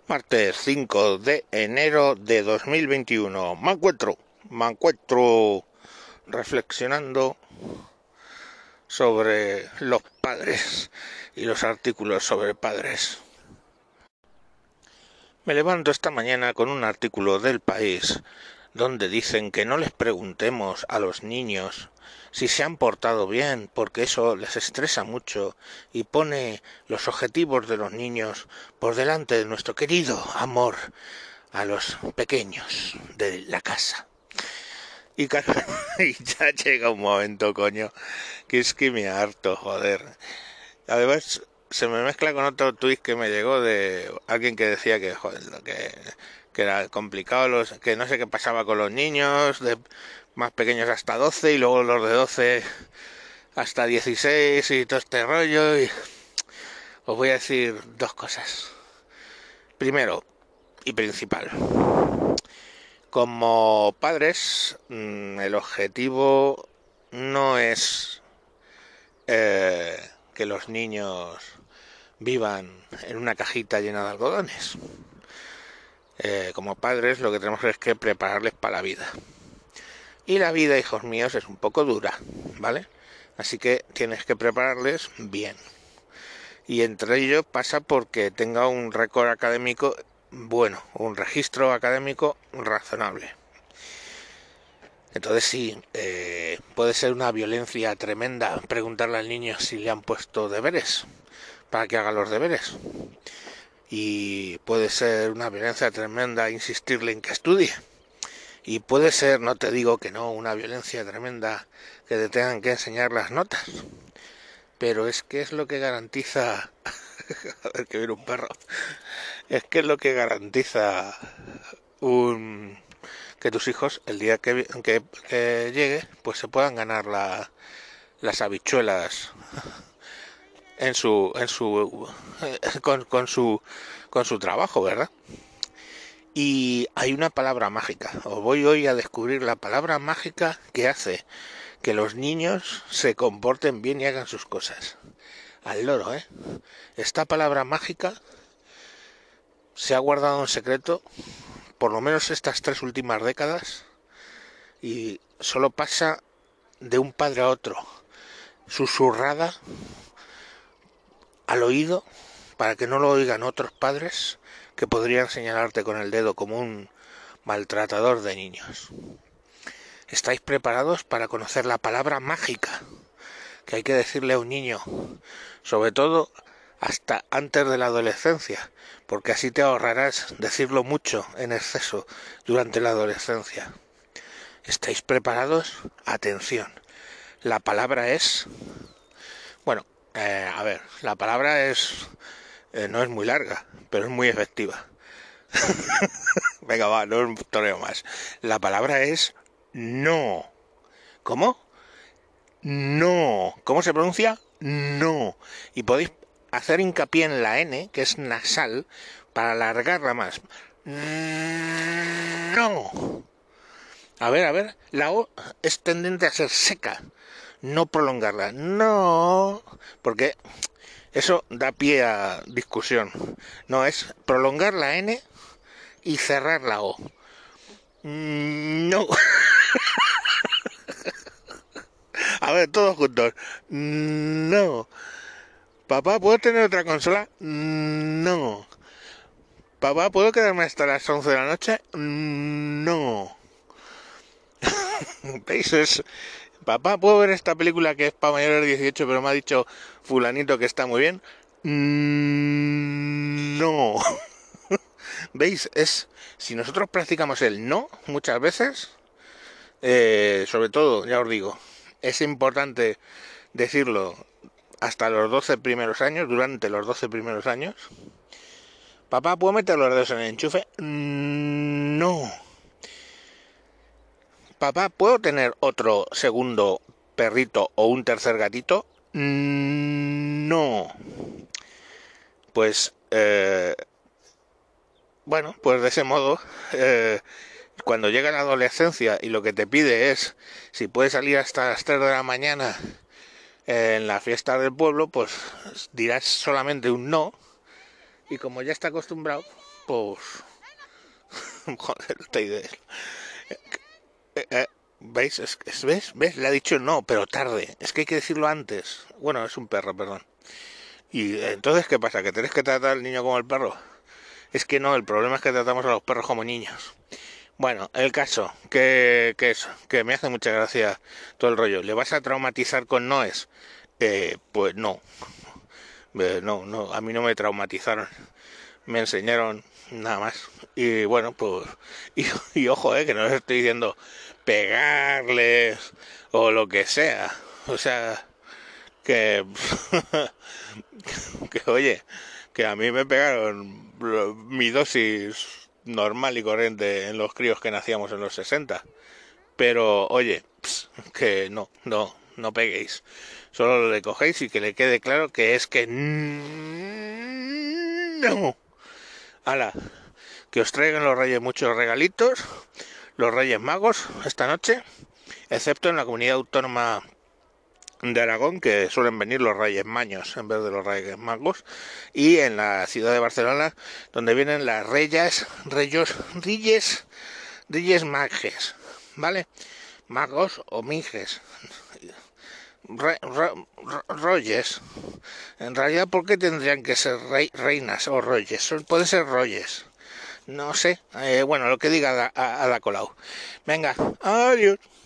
Martes 5 de enero de 2021. Me encuentro reflexionando sobre los padres y los artículos sobre padres. Me levanto esta mañana con un artículo del País donde dicen que no les preguntemos a los niños si se han portado bien, porque eso les estresa mucho y pone los objetivos de los niños por delante de nuestro querido amor a los pequeños de la casa. Y, y ya llega un momento, coño, que es que me harto, joder. Además, se me mezcla con otro tuit que me llegó de alguien que decía que, joder, que era complicado, que no sé qué pasaba con los niños de más pequeños hasta 12 y luego los de 12 hasta 16 y todo este rollo. Y os voy a decir dos cosas. Primero y principal, como padres, el objetivo no es que los niños vivan en una cajita llena de algodones. Como padres lo que tenemos es que prepararles para la vida. Y la vida, hijos míos, es un poco dura, ¿vale? Así que tienes que prepararles bien. Y entre ello pasa porque tenga un récord académico bueno, un registro académico razonable. Entonces sí, puede ser una violencia tremenda preguntarle al niño si le han puesto deberes para que haga los deberes. Y puede ser una violencia tremenda insistirle en que estudie. Y puede ser, no te digo que no, una violencia tremenda que te tengan que enseñar las notas. Pero es que es lo que garantiza... A ver, que viene un perro. Es que es lo que garantiza que tus hijos, el día que llegue, pues se puedan ganar las habichuelas con su trabajo, ¿verdad? Y hay una palabra mágica. Os voy hoy a descubrir la palabra mágica que hace que los niños se comporten bien y hagan sus cosas. Al loro, ¿eh? Esta palabra mágica se ha guardado en secreto por lo menos estas 3 últimas décadas y solo pasa de un padre a otro, susurrada al oído para que no lo oigan otros padres que podrían señalarte con el dedo como un maltratador de niños. ¿Estáis preparados para conocer la palabra mágica que hay que decirle a un niño? Sobre todo hasta antes de la adolescencia, porque así te ahorrarás decirlo mucho en exceso durante la adolescencia. ¿Estáis preparados? Atención. La palabra es... Bueno, a ver, la palabra es... no es muy larga, pero es muy efectiva. Venga, va, no un toreo más. La palabra es no. ¿Cómo? No. ¿Cómo se pronuncia? No. Y podéis hacer hincapié en la N, que es nasal, para alargarla más. No. A ver, la O es tendente a ser seca, no prolongarla. No, porque eso da pie a discusión. No, es prolongar la N y cerrar la O. No. A ver, todos juntos. No. Papá, ¿puedo tener otra consola? No. Papá, ¿puedo quedarme hasta las 11 de la noche? No. ¿Veis? Papá, ¿puedo ver esta película que es para mayores de 18 pero me ha dicho fulanito que está muy bien? No. ¿Veis? Si nosotros practicamos el no muchas veces, sobre todo, ya os digo, es importante decirlo hasta los 12 primeros años, durante los 12 primeros años. Papá, ¿puedo meter los dedos en el enchufe? No. Papá, ¿puedo tener otro segundo perrito o un tercer gatito? No. Pues, bueno, pues de ese modo, cuando llega la adolescencia y lo que te pide es si puedes salir hasta las 3 de la mañana en la fiesta del pueblo, pues dirás solamente un no Y como ya está acostumbrado, pues... Joder, esta idea. ¿Veis? ¿Ves? Le ha dicho no, pero tarde. Es que hay que decirlo antes. Bueno, es un perro, perdón. Y entonces, ¿qué pasa? ¿Que tenés que tratar al niño como el perro? Es que no, el problema es que tratamos a los perros como niños. Bueno, el caso, que me hace mucha gracia todo el rollo. ¿Le vas a traumatizar con noes? Pues no. No, a mí no me traumatizaron. Me enseñaron nada más. Y bueno, pues... Y ojo, que no les estoy diciendo pegarles o lo que sea. O sea, que... que oye, que a mí me pegaron mi dosis normal y corriente en los críos que nacíamos en los 60. Pero oye, que no peguéis. Solo le cogéis y que le quede claro que es que no. Hala, que os traigan los reyes muchos regalitos, los reyes magos esta noche, excepto en la comunidad autónoma de Aragón, que suelen venir los reyes maños en vez de los reyes magos, y en la ciudad de Barcelona, donde vienen las reyes mages, ¿vale? Magos o minges. Royes. En realidad, ¿por qué tendrían que ser reinas o royes? Pueden ser royes. No sé. Bueno, lo que diga Ada Colau. Venga, adiós.